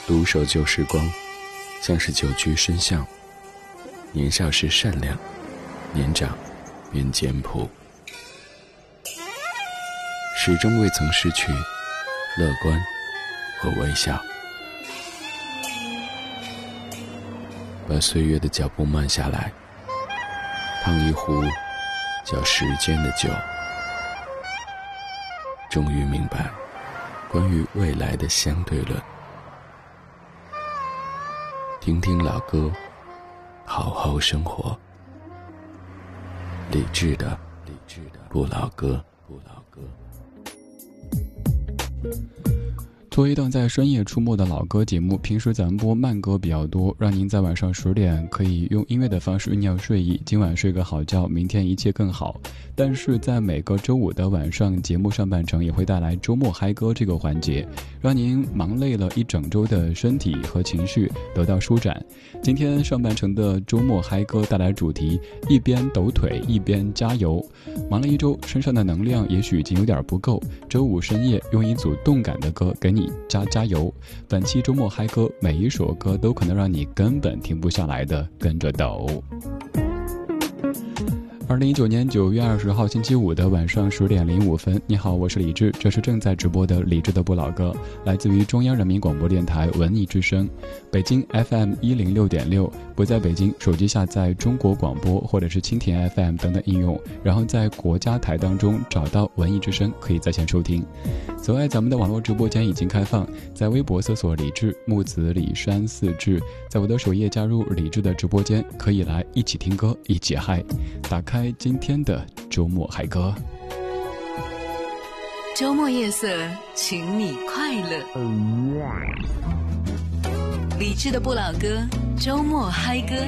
独守旧时光，像是久居深巷。年少时善良，年长便简朴，始终未曾失去乐观和微笑。把岁月的脚步慢下来，烫一壶叫时间的酒，终于明白关于未来的相对论。听听老歌，好好生活。理智的不老歌。 作为一档在深夜出没的老歌节目，平时咱们播慢歌比较多，让您在晚上10点可以用音乐的方式酝酿睡意，今晚睡个好觉，明天一切更好。但是在每个周五的晚上，节目上半程也会带来周末嗨歌这个环节，让您忙累了一整周的身体和情绪得到舒展。今天上半程的周末嗨歌带来主题，一边抖腿一边加油。忙了一周，身上的能量也许已经有点不够，周五深夜用一组动感的歌给你加油。本期周末嗨歌，每一首歌都可能让你根本停不下来的跟着抖。2019年9月20号星期五的晚上10点05分，你好，我是李志，这是正在直播的李志的不老歌，来自于中央人民广播电台文艺之声，北京 FM 106.6，不在北京，手机下载中国广播或者是蜻蜓 FM 等等应用，然后在国家台当中找到文艺之声，可以在线收听。此外，咱们的网络直播间已经开放，在微博搜索李志，木子李山四志，在我的首页加入李志的直播间，可以来一起听歌，一起嗨。打开今天的周末嗨歌， 周末夜色，请你快乐。理智的不老歌，周末嗨歌。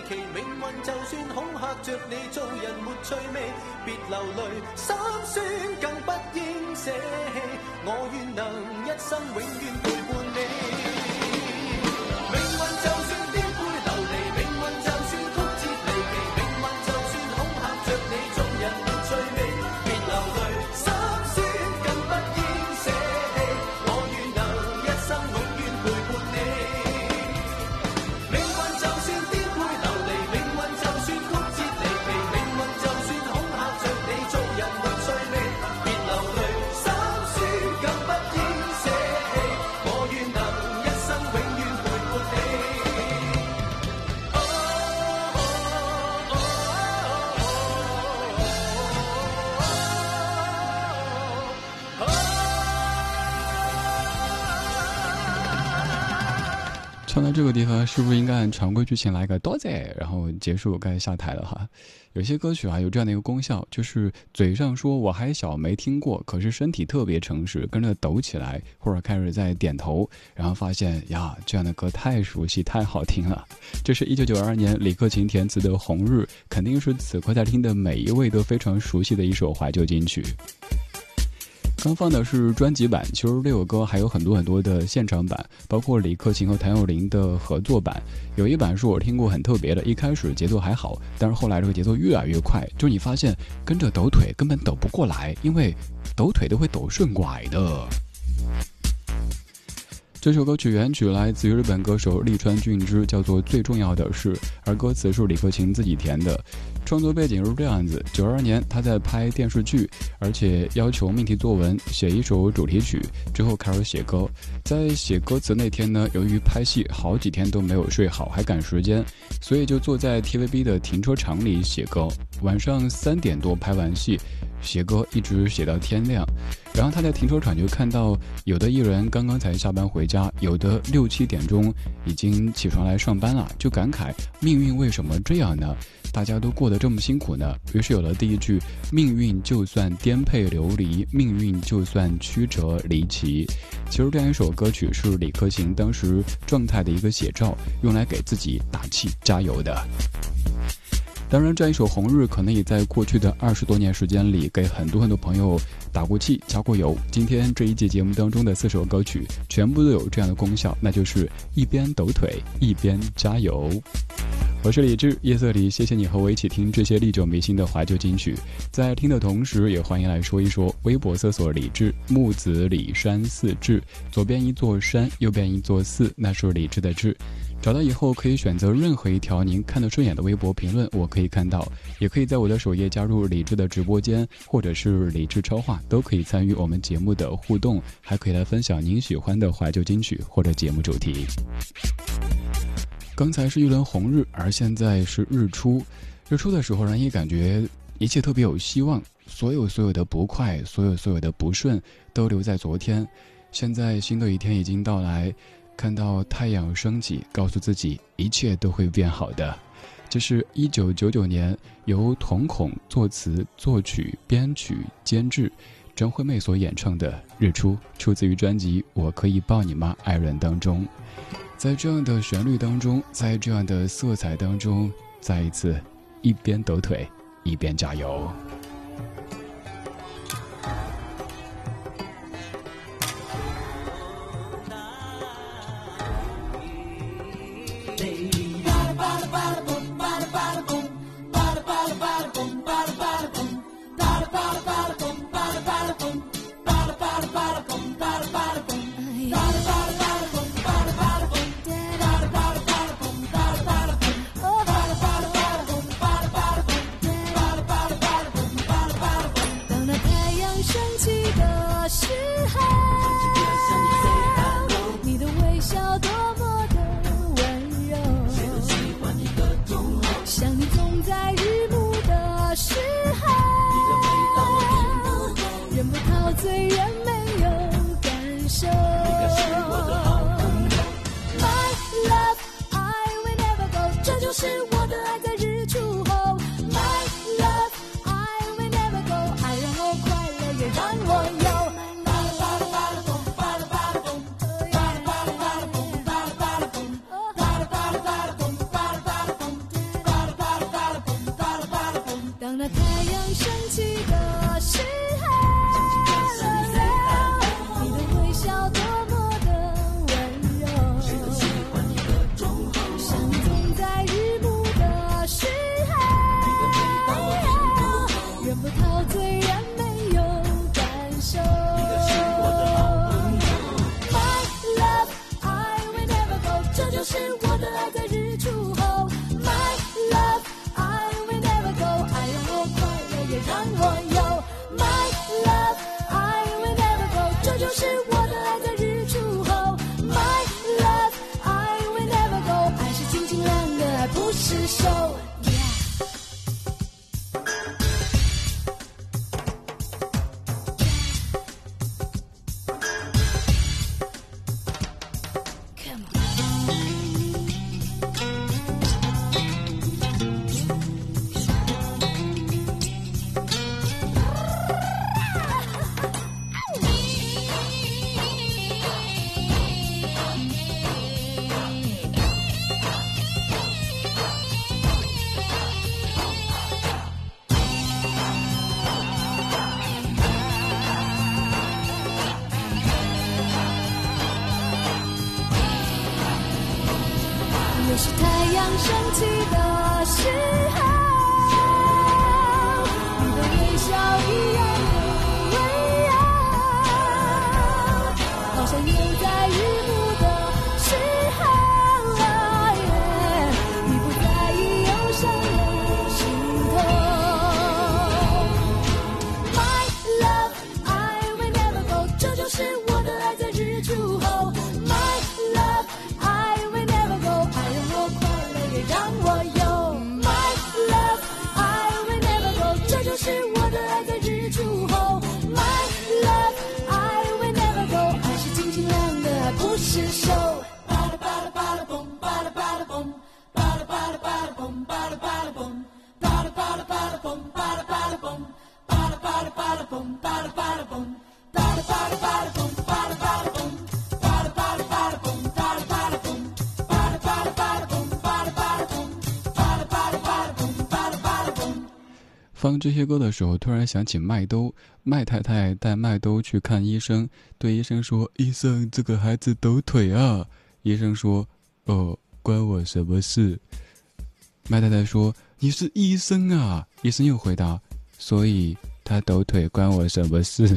奇，命運就算恐嚇着你，做人沒趣味，別流淚，心酸更不應捨棄，我願能一生永遠陪伴你。命運就算顛沛流離，命運就算曲折離奇，命運就算恐嚇着你，做人沒趣味，別流淚，心酸更不應捨棄，我願能一生永遠陪伴你。命運就算顛沛流離，命運就算曲折離奇，命運就算恐嚇着你，做人沒趣味，別流淚，心酸更不應捨棄，我願能一生永遠陪伴你。 唱到这个地方，是不是应该按常规剧情来个多谢，然后结束该下台了哈？有些歌曲啊有这样的一个功效，就是嘴上说我还小没听过，可是身体特别诚实，跟着抖起来，或者开始在点头，然后发现呀，这样的歌太熟悉太好听了。这是1992年李克勤填词的《红日》，肯定是此刻在听的每一位都非常熟悉的一首怀旧金曲。刚放的是专辑版，其实这首歌还有很多很多的现场版，包括李克勤和谭咏麟的合作版。有一版是我听过很特别的，一开始节奏还好，但是后来这个节奏越来越快，就你发现跟着抖腿根本抖不过来，因为抖腿都会抖顺拐的。这首歌曲原曲来自于日本歌手利川俊之，叫做《最重要的事》，而歌词是李克勤自己填的。创作背景是这样子：92年他在拍电视剧，而且要求命题作文写一首主题曲，之后开始写歌。在写歌词那天呢，由于拍戏好几天都没有睡好，还赶时间，所以就坐在 TVB 的停车场里写歌。晚上3点多拍完戏，写歌一直写到天亮。然后他在停车场就看到有的艺人刚刚才下班回家，有的6、7点钟已经起床来上班了，就感慨命运为什么这样呢？大家都过得这么辛苦呢？于是有了第一句：命运就算颠沛流离，命运就算曲折离奇。其实这样一首歌曲是李克勤当时状态的一个写照，用来给自己打气加油的。当然，这样一首《红日》可能也在过去的20多年时间里，给很多很多朋友打过气、加过油。今天这一季节目当中的4首歌曲，全部都有这样的功效，那就是一边抖腿一边加油。我是李志，夜色里，谢谢你和我一起听这些历久弥新的怀旧金曲。在听的同时，也欢迎来说一说，微博搜索李志，木子李山寺志，左边一座山，右边一座寺，那是李志的志。找到以后可以选择任何一条您看得顺眼的微博评论，我可以看到，也可以在我的首页加入李志的直播间，或者是李志超话，都可以参与我们节目的互动，还可以来分享您喜欢的怀旧金曲或者节目主题。刚才是一轮红日，而现在是日出。日出的时候，让你感觉一切特别有希望，所有的不快，所有的不顺，都留在昨天。现在新的一天已经到来，看到太阳升起，告诉自己一切都会变好的。这是1999年由瞳孔作词、作曲、编曲、监制张惠妹所演唱的《日出》，出自于专辑《我可以抱你吗，爱人》当中。在这样的旋律当中，在这样的色彩当中，再一次一边抖腿一边加油。 醉人没有感受。My love, I will never go， 这就是我的爱在日出后。My love, I will never go， 爱让我快乐，也让我有。 放这些歌的时候，突然想起麦兜，麦太太带麦兜去看医生，对医生说：“医生，这个孩子抖腿啊。”医生说：“哦，关我什么事？”麦太太说：“你是医生啊。”医生又回答：“所以他抖腿关我什么事？”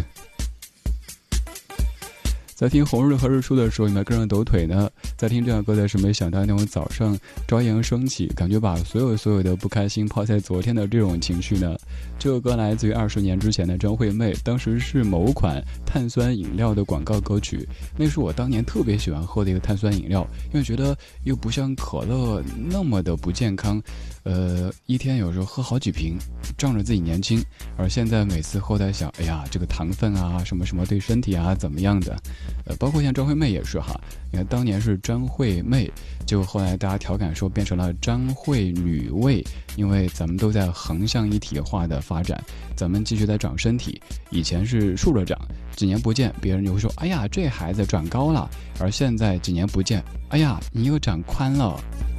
在听《红日和日出》的时候，你们跟着抖腿呢？在听这样歌的时候，没想到那种早上朝阳升起，感觉把所有的不开心抛在昨天的这种情绪呢。这首歌来自于20年之前的张惠妹，当时是某款碳酸饮料的广告歌曲，那是我当年特别喜欢喝的一个碳酸饮料，因为觉得又不像可乐那么的不健康，一天有时候喝好几瓶，仗着自己年轻。而现在每次后在想，哎呀，这个糖分啊，什么什么对身体啊怎么样的，包括像张惠妹也是哈，你看当年是张惠妹，结果后来大家调侃说变成了张惠女卫，因为咱们都在横向一体化的发展，咱们继续在长身体，以前是竖着长，几年不见，别人就会说，哎呀，这孩子长高了，而现在几年不见，哎呀，你又长宽了。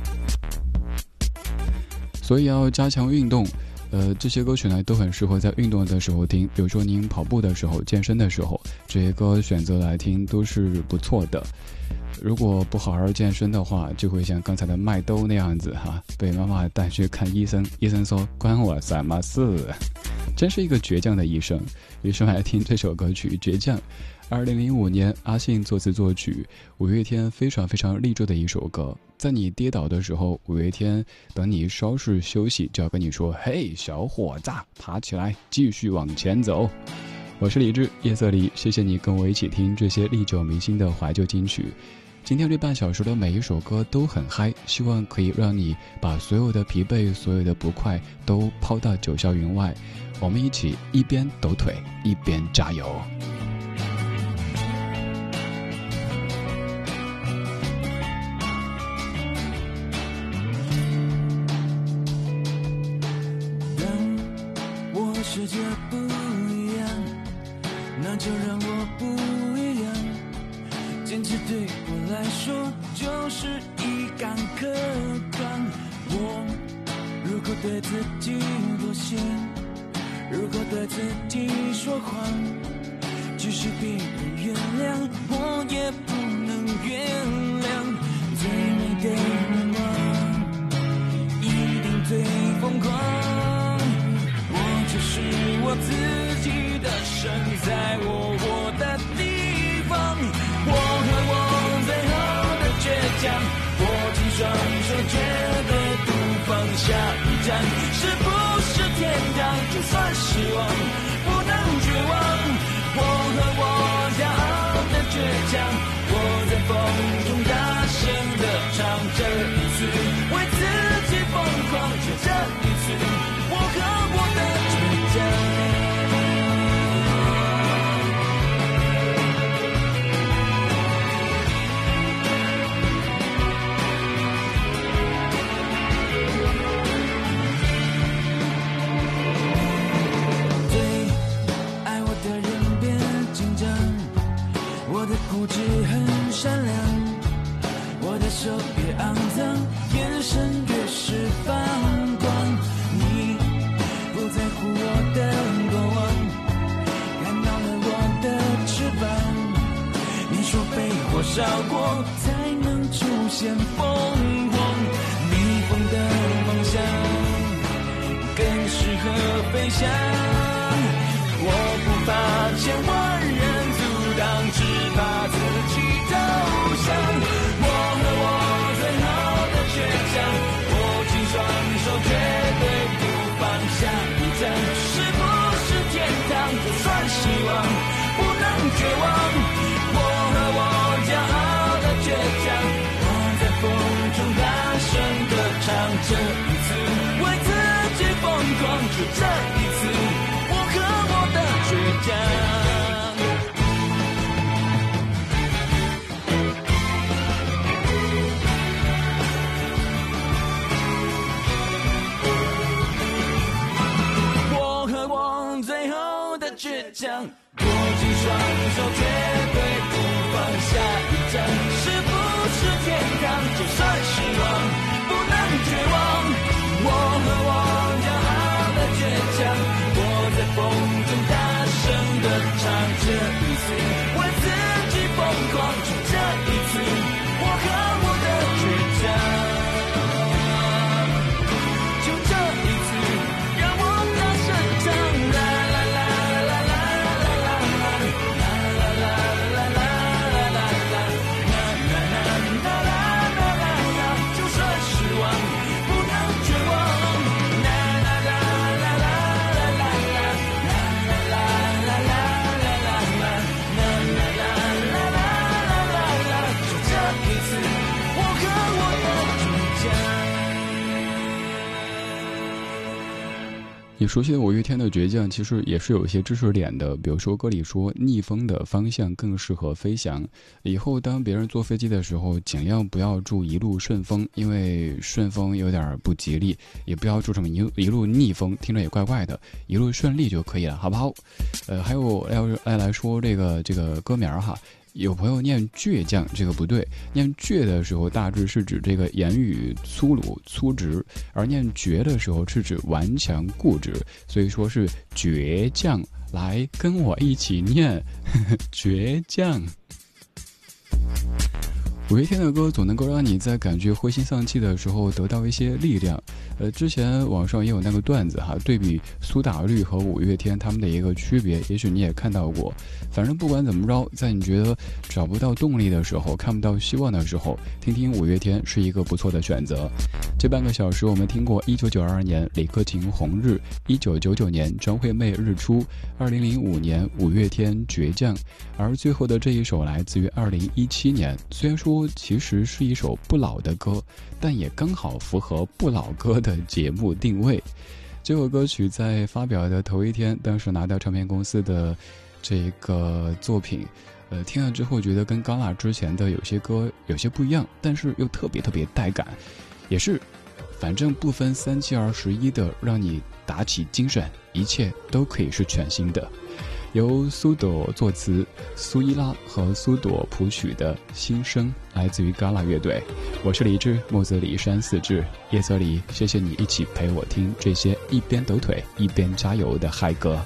所以要加强运动，这些歌曲呢都很适合在运动的时候听，比如说您跑步的时候、健身的时候，这些歌选择来听都是不错的。如果不好好健身的话，就会像刚才的麦兜那样子哈，被妈妈带去看医生，医生说关我什么事？真是一个倔强的医生。于是来听这首歌曲《倔强》。2005年，阿信作词作曲，五月天非常非常励志的一首歌。在你跌倒的时候，五月天等你稍事休息，就要跟你说：“嘿，小伙子，爬起来，继续往前走。”我是李志，夜色里，谢谢你跟我一起听这些历久弥新的怀旧金曲。今天这半小时的每一首歌都很嗨，希望可以让你把所有的疲惫、所有的不快都抛到九霄云外。我们一起一边抖腿一边加油。 世界不一样，那就让我不一样。坚持对我来说就是一杆客观。我如果对自己妥协，如果对自己说谎，即使别人原谅，我也不能原谅。最美的愿望一定最疯狂，是我自己的神，在我活的地方。我和我最后的倔强，握紧双手，绝对不放下一站。是不是天堂？就算失望，不能绝望。我和我骄傲的倔强，我在风中大声地唱，这一次为自己疯狂，就这一次，我和我的固执很善良，我的手越肮脏，眼神越是放光。你不在乎我的过往，看到了我的翅膀。你说被火烧过才能出现凤凰，逆风的方向更适合飞翔。我不怕千万人阻挡，只怕自己投降。我和我最后的倔强，握紧双手，绝对不放下一站。是不是天堂？就算希望，不能绝望。我和我骄傲的倔强，我在风中大声地唱，这一次为自己疯狂，就这一次，我和我的倔强。 的倔强，握紧双手绝对不放下一站，是不是天堂？就算失望不能绝望，我和我骄傲的倔强，我在风中大声地唱，这一次为自己疯狂，就这一次我和我的倔强，就这一次让我大声唱，啦啦啦啦啦啦啦啦啦啦啦啦啦啦啦，就算失望不能绝望，啦啦啦啦啦啦啦啦啦啦啦啦，就这一次我和我的倔强。 你熟悉的五月天的倔强其实也是有一些知识点的，比如说歌里说逆风的方向更适合飞翔，以后当别人坐飞机的时候尽量不要祝一路顺风，因为顺风有点不吉利，也不要祝什么一路逆风，听着也怪怪的，一路顺利就可以了，好不好？还有要来说这个歌名哈，有朋友念倔强，这个不对，念倔的时候大致是指这个言语粗鲁粗直，而念倔的时候是指顽强固执，所以说是倔强。来跟我一起念倔强。五月天的歌总能够让你在感觉灰心丧气的时候得到一些力量。之前网上也有那个段子哈，对比苏打绿和五月天他们的一个区别，也许你也看到过。反正不管怎么着，在你觉得找不到动力的时候，看不到希望的时候，听听五月天是一个不错的选择。这半个小时我们听过1992年李克勤红日，1999年张惠妹日出，2005年五月天倔强，而最后的这一首来自于2017年，虽然说其实是一首不老的歌，但也刚好符合不老歌的节目定位。这首歌曲在发表的头一天，当时拿到唱片公司的这个作品，听了之后觉得跟刚辣之前的有些歌有些不一样，但是又特别带感，也是反正不分3七21的让你打起精神，一切都可以是全新的。由苏朵作词，苏伊拉和苏朵谱曲的新声，来自于嘎啦乐队。我是李志，木子李山四志，夜色里，谢谢你一起陪我听这些一边抖腿一边加油的嗨歌。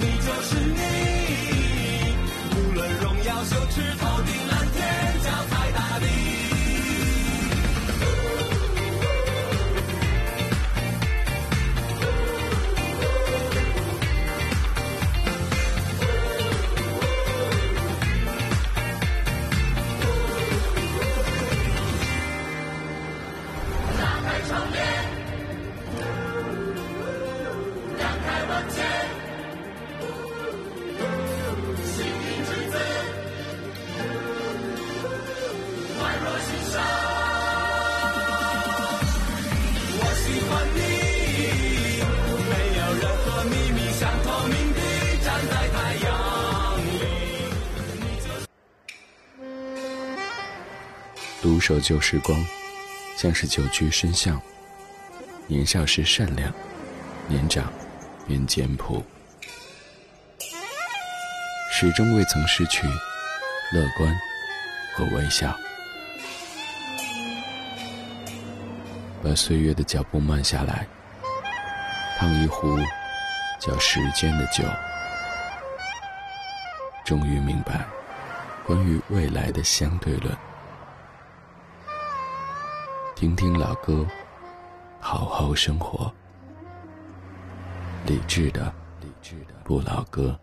羞耻头顶蓝天，脚踩心上。我喜欢你，没有任何秘密，像透明地站在太阳里。 独守旧时光，像是久居深巷。年少时善良，年长便简朴，始终未曾失去乐观和微笑。把岁月的脚步慢下来，烫一壶叫时间的酒，终于明白关于未来的相对论。听听老歌，好好生活。理智的不老歌。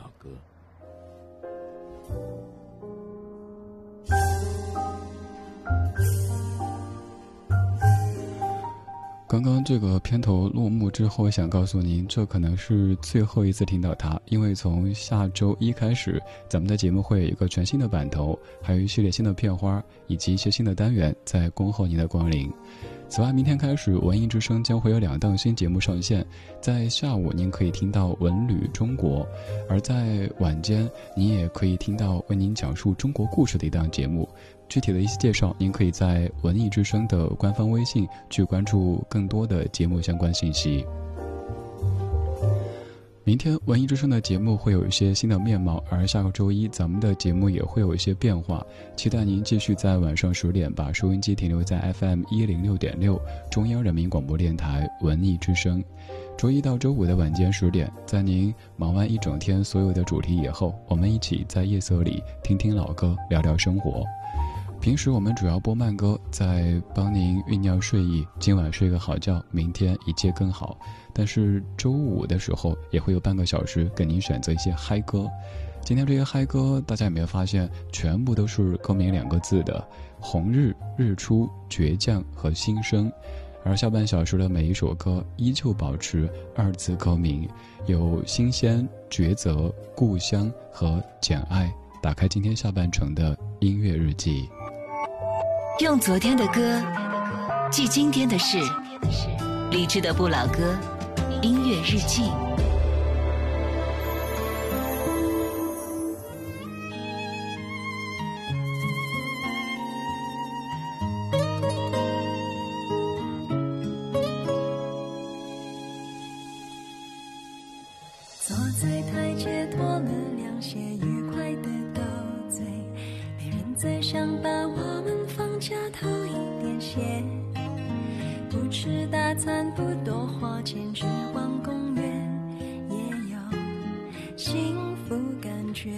刚刚这个片头落幕之后，想告诉您，这可能是最后一次听到它，因为从下周一开始，咱们的节目会有一个全新的版头，还有一系列新的片花，以及一些新的单元在恭候您的光临。此外，明天开始文艺之声将会有2档新节目上线，在下午您可以听到文旅中国，而在晚间您也可以听到为您讲述中国故事的一档节目。具体的一些介绍，您可以在文艺之声的官方微信去关注更多的节目相关信息。明天文艺之声的节目会有一些新的面貌，而下个周一咱们的节目也会有一些变化，期待您继续在晚上10点把收音机停留在 FM 106.6中央人民广播电台文艺之声。周一到周五的晚间10点，在您忙完一整天所有的主题以后，我们一起在夜色里听听老歌，聊聊生活。平时我们主要播慢歌，在帮您酝酿睡意，今晚睡个好觉，明天一切更好。但是周五的时候也会有半个小时给您选择一些嗨歌。今天这些嗨歌大家有没有发现全部都是歌名2个字的，红日、日出、倔强和新生。而下半小时的每一首歌依旧保持2字歌名，有新鲜、抉择、故乡和简爱。打开今天下半程的音乐日记， 用昨天的歌记今天的事，理智的不老歌，音乐日记。 坐在台阶脱了凉鞋，愉快的斗嘴，没人再想把我们放假偷一点鞋，不吃大餐，不多花钱，只逛公园，也有幸福感觉。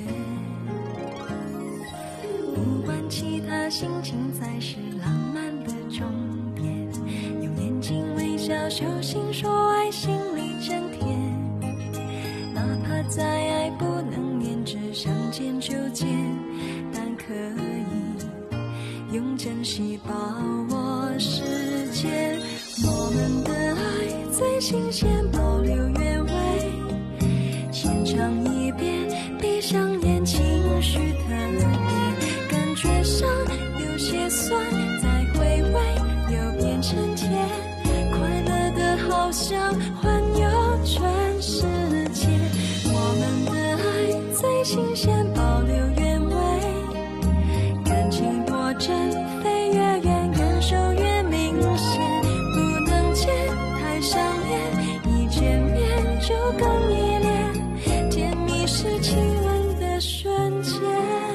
不管其他，心情才是浪漫的终点，用眼睛微笑，手心说爱，心里真甜。哪怕再爱不能连着相见就见，但可以用珍惜把握时间。我们的爱最新鲜，保留原味，先尝一遍，闭上眼，情绪特别，感觉上有些酸，再回味又变成甜，快乐的好像环游全世界。我们的爱最新鲜，保留原味，感情多真，飞越远，感受越明显，不能见太想念，一见面就更依恋，甜蜜是亲吻的瞬间。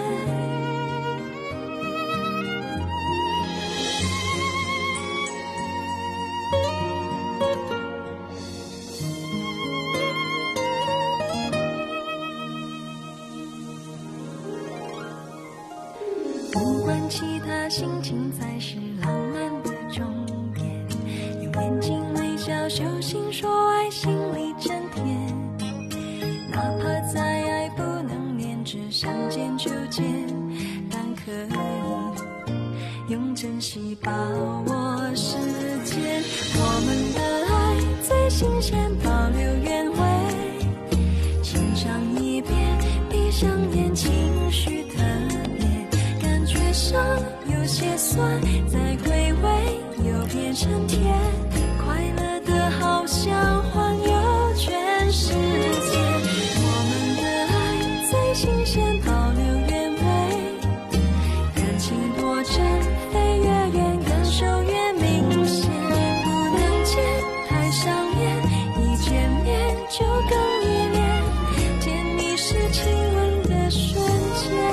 不管其他，心情才是浪漫的终点，用眼睛微笑，手心说爱，心里真甜。哪怕再爱不能连着相见就见，但可以用珍惜把握时间。我们的爱最新鲜，保留原味，先尝一遍，闭上眼，情绪特别，感觉上上有些酸，再回味又变成甜，快乐的好像环游全世界。我们的爱最新鲜，保留原味，感情多真，飞越远，感受越明显，不能见太上面，一见面就更依恋，甜蜜是亲吻的瞬间。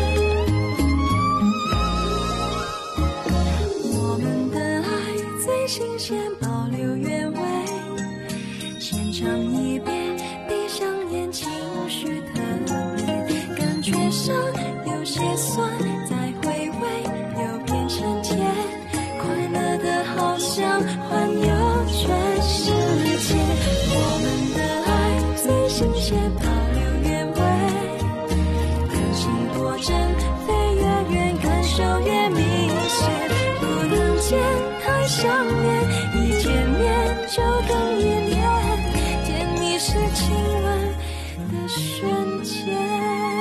我们的爱最新鲜，保留原味，先尝一遍，闭上眼，情绪特别，感觉上有些酸，再回味又变成甜，快乐的好像环游全世界。我们的爱最新鲜，保留原味，感情多真，飞越远，感受越明显，不能见太想念，一见面就更依恋，甜蜜是亲吻的瞬间。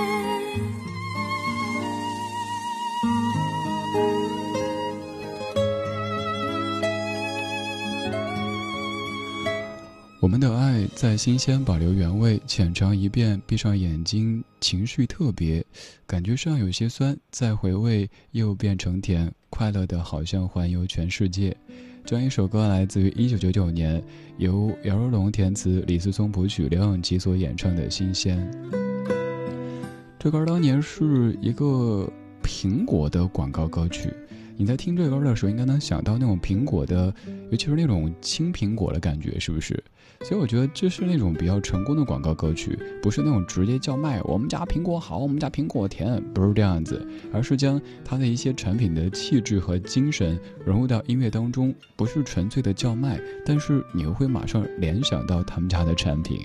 我们的爱在新鲜，保留原味，浅尝一遍，闭上眼睛，情绪特别，感觉上有些酸，再回味又变成甜，快乐的好像环游全世界。这样一首歌来自于1999年，由姚若龙填词，李思聪谱曲，梁咏琪所演唱的《新鲜》。这歌当年是一个苹果的广告歌曲，你在听这歌的时候应该能想到那种苹果的，尤其是那种青苹果的感觉，是不是？所以我觉得这是那种比较成功的广告歌曲，不是那种直接叫卖我们家苹果好，我们家苹果甜，不是这样子，而是将它的一些产品的气质和精神融入到音乐当中，不是纯粹的叫卖，但是你又会马上联想到他们家的产品。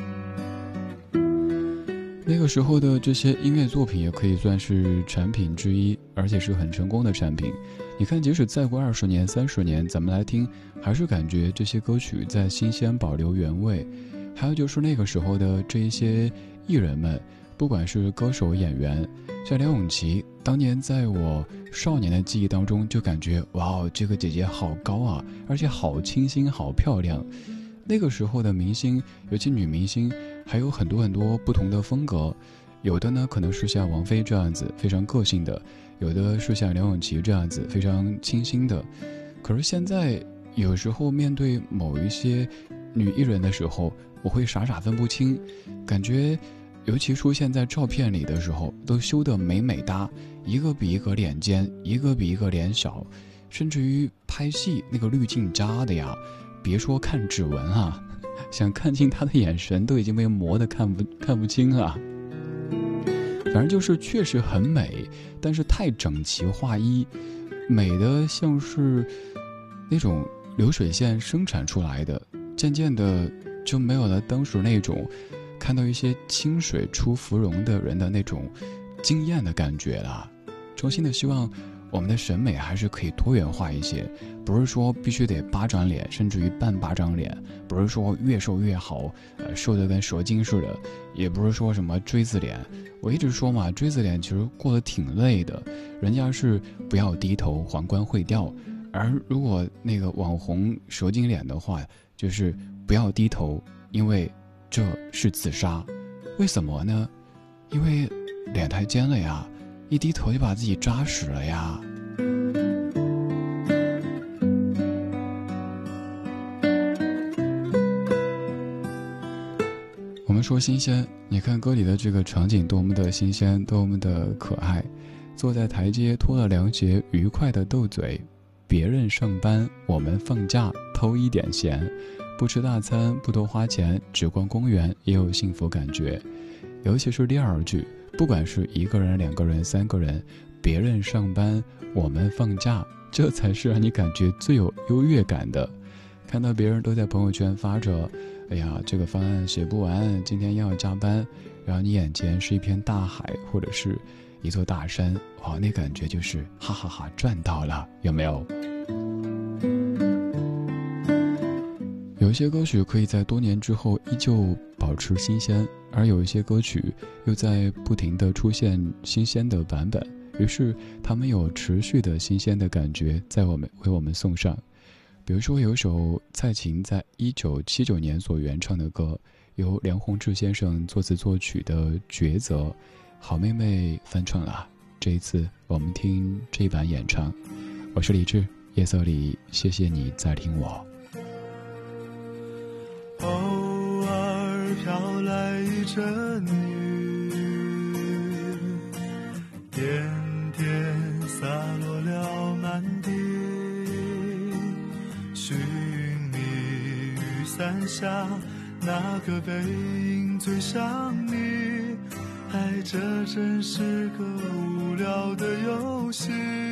那个时候的这些音乐作品也可以算是产品之一，而且是很成功的产品。你看，即使再过20年、30年，咱们来听，还是感觉这些歌曲在新鲜，保留原味。还有就是那个时候的这一些艺人们，不管是歌手、演员，像梁咏琪，当年在我少年的记忆当中，就感觉哇，这个姐姐好高啊，而且好清新、好漂亮。那个时候的明星，尤其女明星，还有很多很多不同的风格，有的呢可能是像王菲这样子非常个性的，有的是像梁咏琪这样子非常清新的。可是现在有时候面对某一些女艺人的时候，我会傻傻分不清，感觉尤其出现在照片里的时候，都修得美美哒，一个比一个脸尖，一个比一个脸小，甚至于拍戏那个滤镜扎的呀，别说看指纹啊，想看清他的眼神都已经被磨得看不清啊。反正就是确实很美，但是太整齐划一，美的像是那种流水线生产出来的，渐渐的就没有了当时那种看到一些清水出芙蓉的人的那种惊艳的感觉了。衷心的希望我们的审美还是可以多元化一些，不是说必须得巴掌脸，甚至于半巴掌脸，不是说越瘦越好，瘦得跟蛇精似的，也不是说什么锥子脸。我一直说嘛，锥子脸其实过得挺累的，人家是不要低头，皇冠会掉，而如果那个网红蛇精脸的话，就是不要低头，因为这是自杀。为什么呢？因为脸太尖了呀，一低头就把自己扎死了呀。我们说新鲜，你看歌里的这个场景多么的新鲜，多么的可爱。坐在台阶脱了凉鞋，愉快的斗嘴，别人上班我们放假，偷一点闲，不吃大餐不多花钱，只逛公园也有幸福感觉。尤其是第二句，不管是一个人、2个人、3个人，别人上班我们放假，这才是让你感觉最有优越感的。看到别人都在朋友圈发着，哎呀，这个方案写不完，今天要加班，然后你眼前是一片大海或者是一座大山，哇，那感觉就是哈哈哈，赚到了，有没有？有一些歌曲可以在多年之后依旧保持新鲜，而有一些歌曲又在不停地出现新鲜的版本， 于是他们有持续的新鲜的感觉为我们送上。比如说有一首蔡琴在1979年所原唱的歌，由梁鸿志先生作词作曲的《抉择》，好妹妹翻唱了。这一次我们听这版演唱。我是李志，夜色里谢谢你在听我。 偶尔飘来一阵雨，点点洒落了满地，寻觅雨伞下那个背影最像你，爱这真是个无聊的游戏。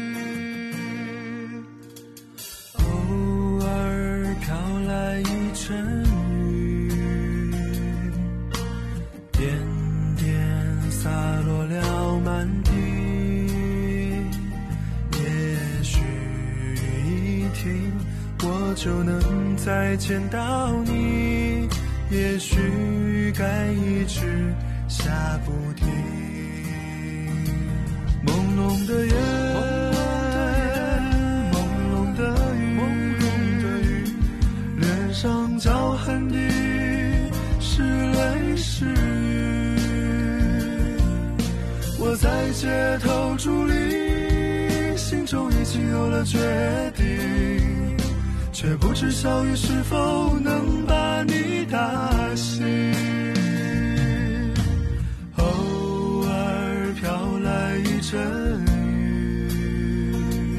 偶尔飘来一阵雨，点点洒落了满地，也许雨一停我就能再见到你，也许该一直下不停。朦胧的夜，朦胧的雨，脸上骄痕的是泪是雨。我在街头伫立，心中已经有了决定，却不知小雨是否能把你打醒。偶尔飘来一阵雨，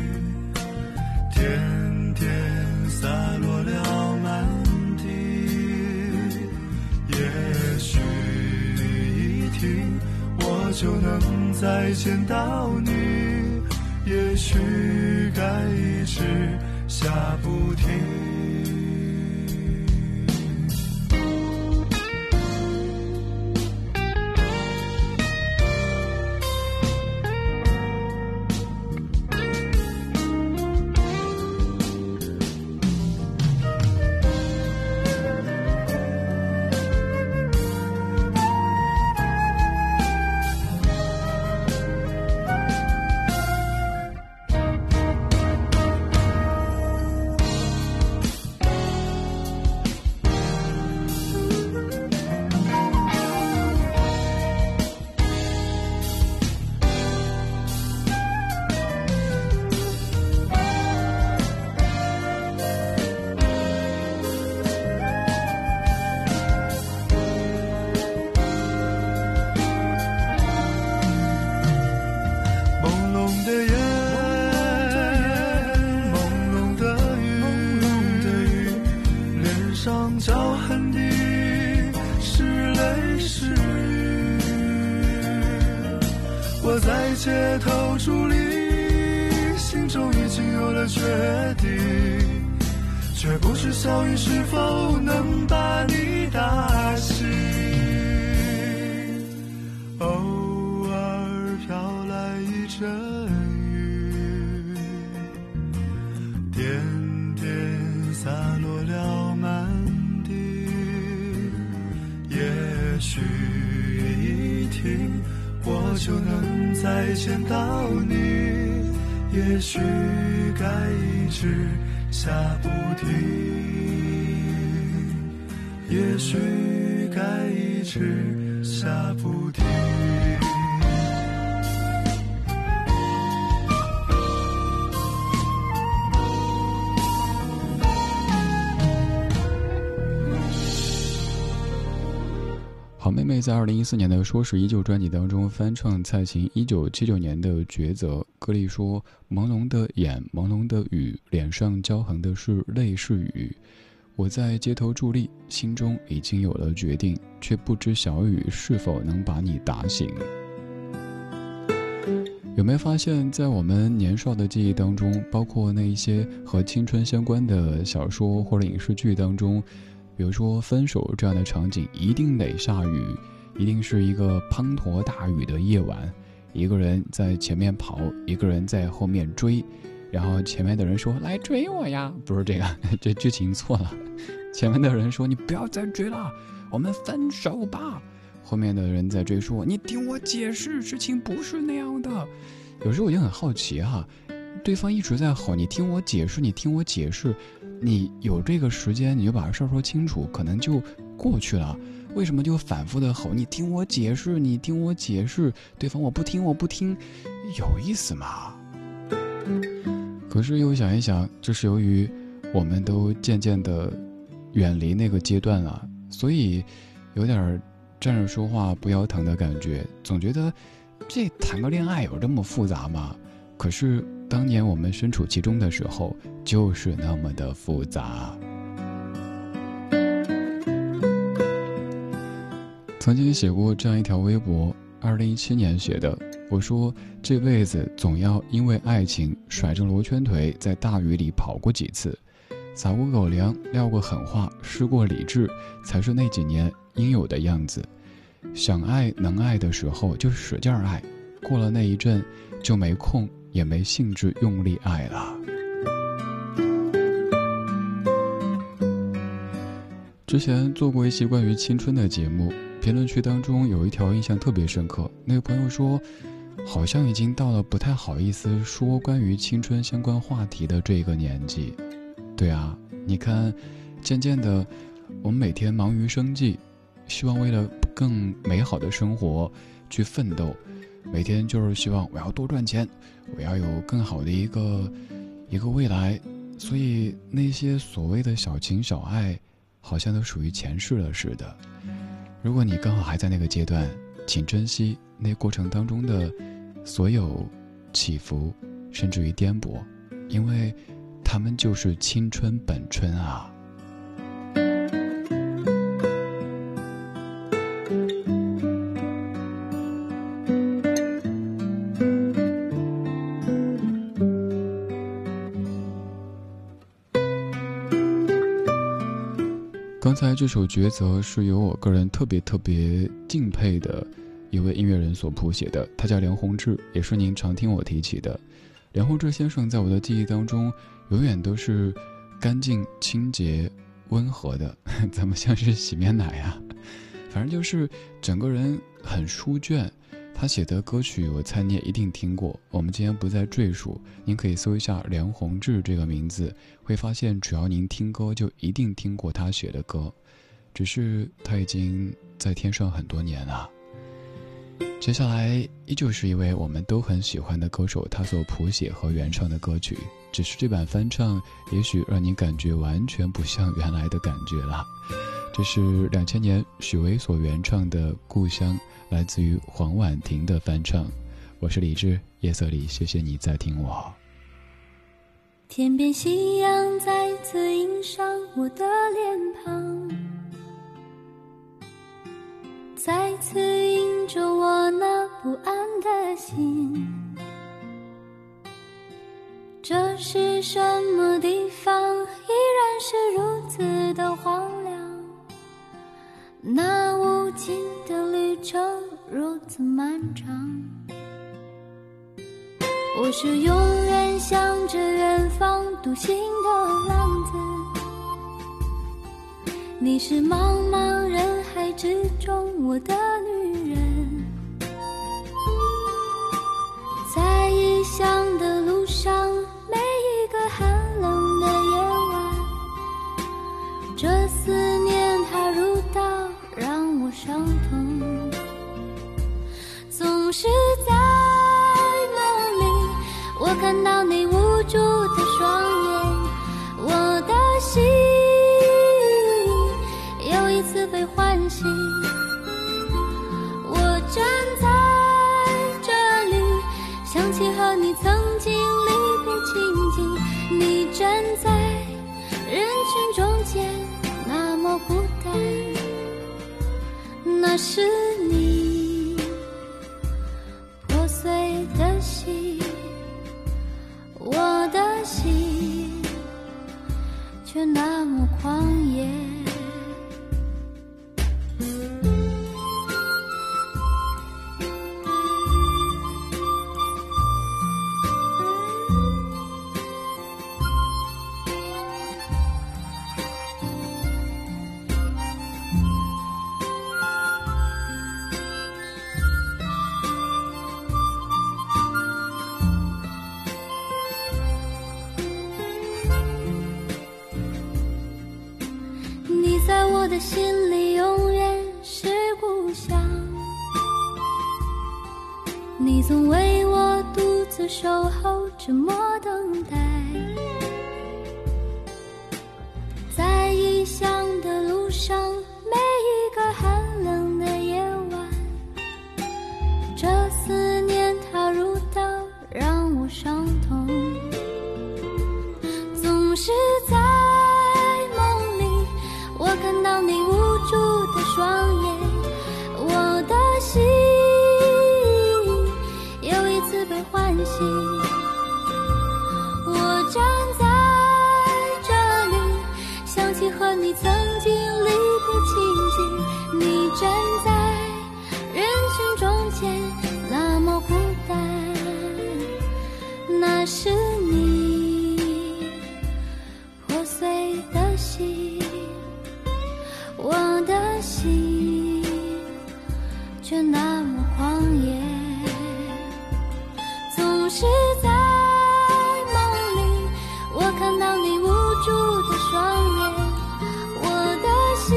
点点洒落了满地，也许雨一停我就能再见到你，也许该一直下不停。我在街头伫立，心中已经有了决定，却不知小雨是否能把你打醒。偶尔飘来一阵雨，点点洒落了满地，也许雨一停我就能再见到你，也许该一直下不停，也许该一直下不停。 好妹妹在2014年的《说是依旧》专辑当中翻唱蔡琴1979年的《抉择》，歌里说：朦胧的眼，朦胧的雨，脸上骄横的是泪是雨。我在街头伫立，心中已经有了决定，却不知小雨是否能把你打醒。有没有发现，在我们年少的记忆当中，包括那一些和青春相关的小说或者影视剧当中，比如说分手这样的场景一定得下雨，一定是一个滂沱大雨的夜晚，一个人在前面跑，一个人在后面追，然后前面的人说来追我呀，不是这个，这剧情错了，前面的人说你不要再追了，我们分手吧，后面的人在追说你听我解释，事情不是那样的， 有时候我就很好奇哈，对方一直在吼你听我解释，你听我解释，你有这个时间你就把事儿说清楚，可能就过去了。为什么就反复的吼你听我解释，你听我解释，对方我不听我不听，有意思吗？可是又想一想，这是由于我们都渐渐的远离那个阶段了，所以有点站着说话不腰疼的感觉，总觉得这谈个恋爱有这么复杂吗？可是当年我们身处其中的时候，就是那么的复杂。曾经写过这样一条微博，2017年写的，我说这辈子总要因为爱情甩着罗圈腿在大雨里跑过几次，撒过狗粮，撂过狠话，失过理智，才是那几年应有的样子。想爱能爱的时候就使劲爱，过了那一阵就没空也没兴致用力爱了。之前做过一期关于青春的节目，评论区当中有一条印象特别深刻，那个朋友说好像已经到了不太好意思说关于青春相关话题的这个年纪。对啊，你看渐渐的我们每天忙于生计，希望为了更美好的生活去奋斗，每天就是希望我要多赚钱，我要有更好的一个未来，所以那些所谓的小情小爱好像都属于前世了似的。如果你刚好还在那个阶段，请珍惜那过程当中的所有起伏，甚至于颠簸，因为他们就是青春本春啊。刚才这首抉择是由我个人特别敬佩的一位音乐人所谱写的，他叫梁鸿志，也是您常听我提起的。梁鸿志先生在我的记忆当中永远都是干净清洁温和的，怎么像是洗面奶啊？反正就是整个人很书卷。他写的歌曲我猜你也一定听过，我们今天不再赘述，您可以搜一下梁鸿志这个名字，会发现只要您听歌就一定听过他写的歌，只是他已经在天上很多年了。接下来依旧是一位我们都很喜欢的歌手，他所谱写和原唱的歌曲，只是这版翻唱也许让您感觉完全不像原来的感觉了。这是2000年许巍所原唱的《故乡》，来自于黄婉婷的翻唱。我是李志，夜色里谢谢你在听我。 天边夕阳再次映上我的脸庞，再次映着我那不安的心。这是什么地方，依然是如此的荒凉，那无尽的旅程如此漫长。我是永远向着远方独行的浪子，你是茫茫人海之中我的女人。在异乡的路上，每一个寒冷的夜晚，这思念它如刀让我伤痛。总是在梦里，我看到你无助的双眼，我的心又一次被唤醒。我站在这里，想起和你曾经离别情景，你站在人群中间那么孤单，那是你破碎的心，我的心却那么狂野。 在我的心里永远是故乡。你总为我独自守候，沉默等待，在异乡的路上，每一个寒冷的夜晚，这思念它如刀，让我伤痛。总是在梦里，我看到你无助的双眼，我的心又一次被唤醒。我站在这里，想起和你曾经历的情景，你站在人群中间，那么孤单，那是你破碎的心，我的心却那么狂野。总是在梦里，我看到你无助的双眼，我的心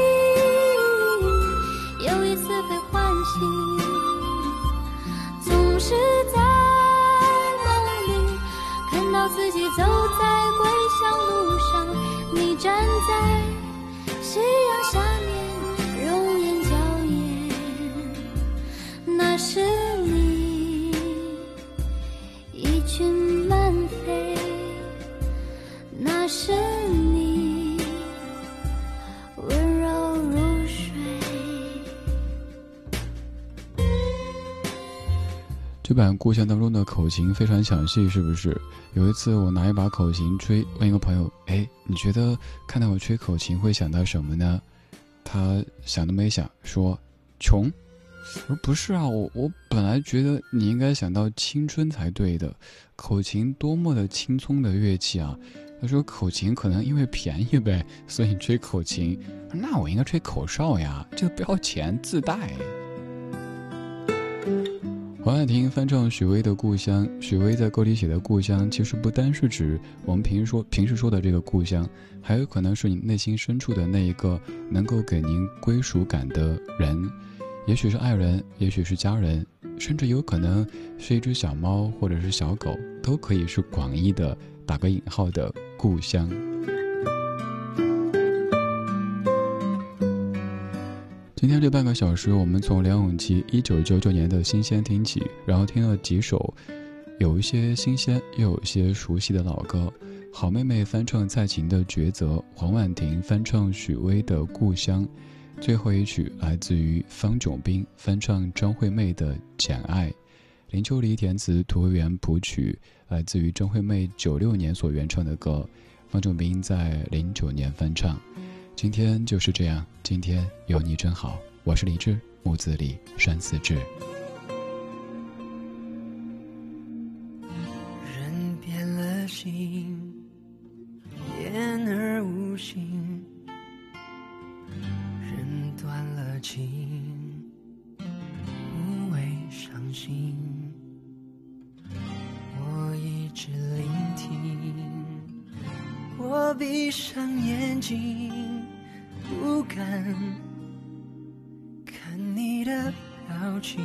又一次被唤醒。总是在梦里，看到自己走在归乡路上，你站在夕阳下面，容颜娇艳，那是你一群慢飞，那是你温柔如水。 这版故乡当中的口琴非常详细，是不是？有一次我拿一把口琴吹，问一个朋友，你觉得看到我吹口琴会想到什么呢？他想都没想说穷。我说不是啊，我本来觉得你应该想到青春才对的，口琴多么的轻松的乐器啊。他说口琴可能因为便宜呗，所以吹口琴。那我应该吹口哨呀，这个不要钱自带。黄雅婷翻唱许巍的故乡，许巍在歌里写的故乡其实不单是指我们平时说的这个故乡，还有可能是你内心深处的那一个能够给您归属感的人，也许是爱人，也许是家人，甚至有可能是一只小猫或者是小狗，都可以是广义的打个引号的故乡。今天这半个小时，我们从梁咏琪1999年的新鲜听起，然后听了几首有一些新鲜又有一些熟悉的老歌。好妹妹翻唱蔡琴的抉择，黄婉婷翻唱许巍的故乡，最后一曲来自于方炯斌翻唱张惠妹的简爱，林秋离填词，涂维源谱曲，来自于张惠妹96年所原创的歌，方炯斌在09年翻唱。今天就是这样，今天有你真好。我是李志，木子李，山寺志。 人变了心，言而无信，人断了情，无谓伤心。我一直聆听，我闭上眼睛，不敢看你的表情。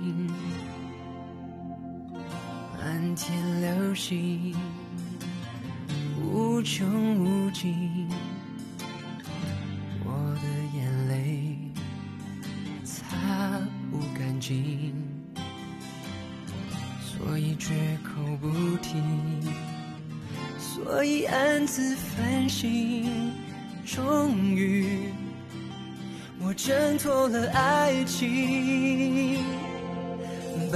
漫天流星，无穷无尽，我的眼泪擦不干净，所以绝口不提，所以暗自反省。终于我挣脱了爱情，把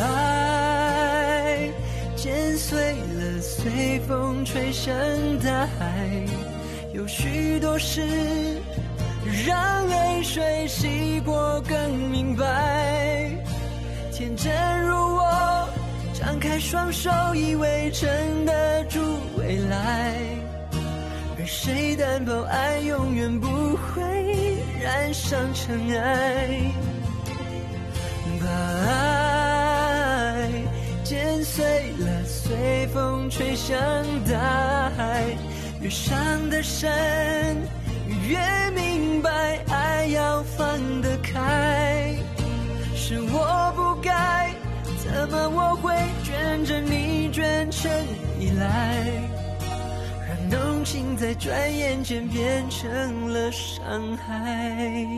爱剪碎了，随风吹向大海。有许多事让泪水洗过更明白，天真如我张开双手，以为撑得住未来，而谁担保爱永远不会染上尘埃？把爱剪碎了，随风吹向大海，越伤得深越明白爱要放得开。是我不该，怎么我会卷着你卷成依赖，让浓情在转眼间变成了伤害。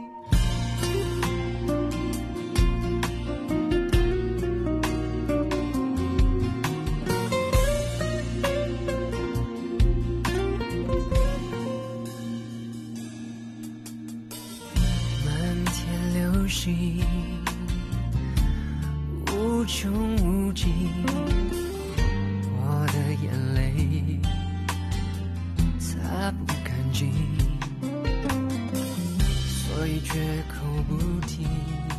无穷无尽，我的眼泪擦不干净，所以绝口不提。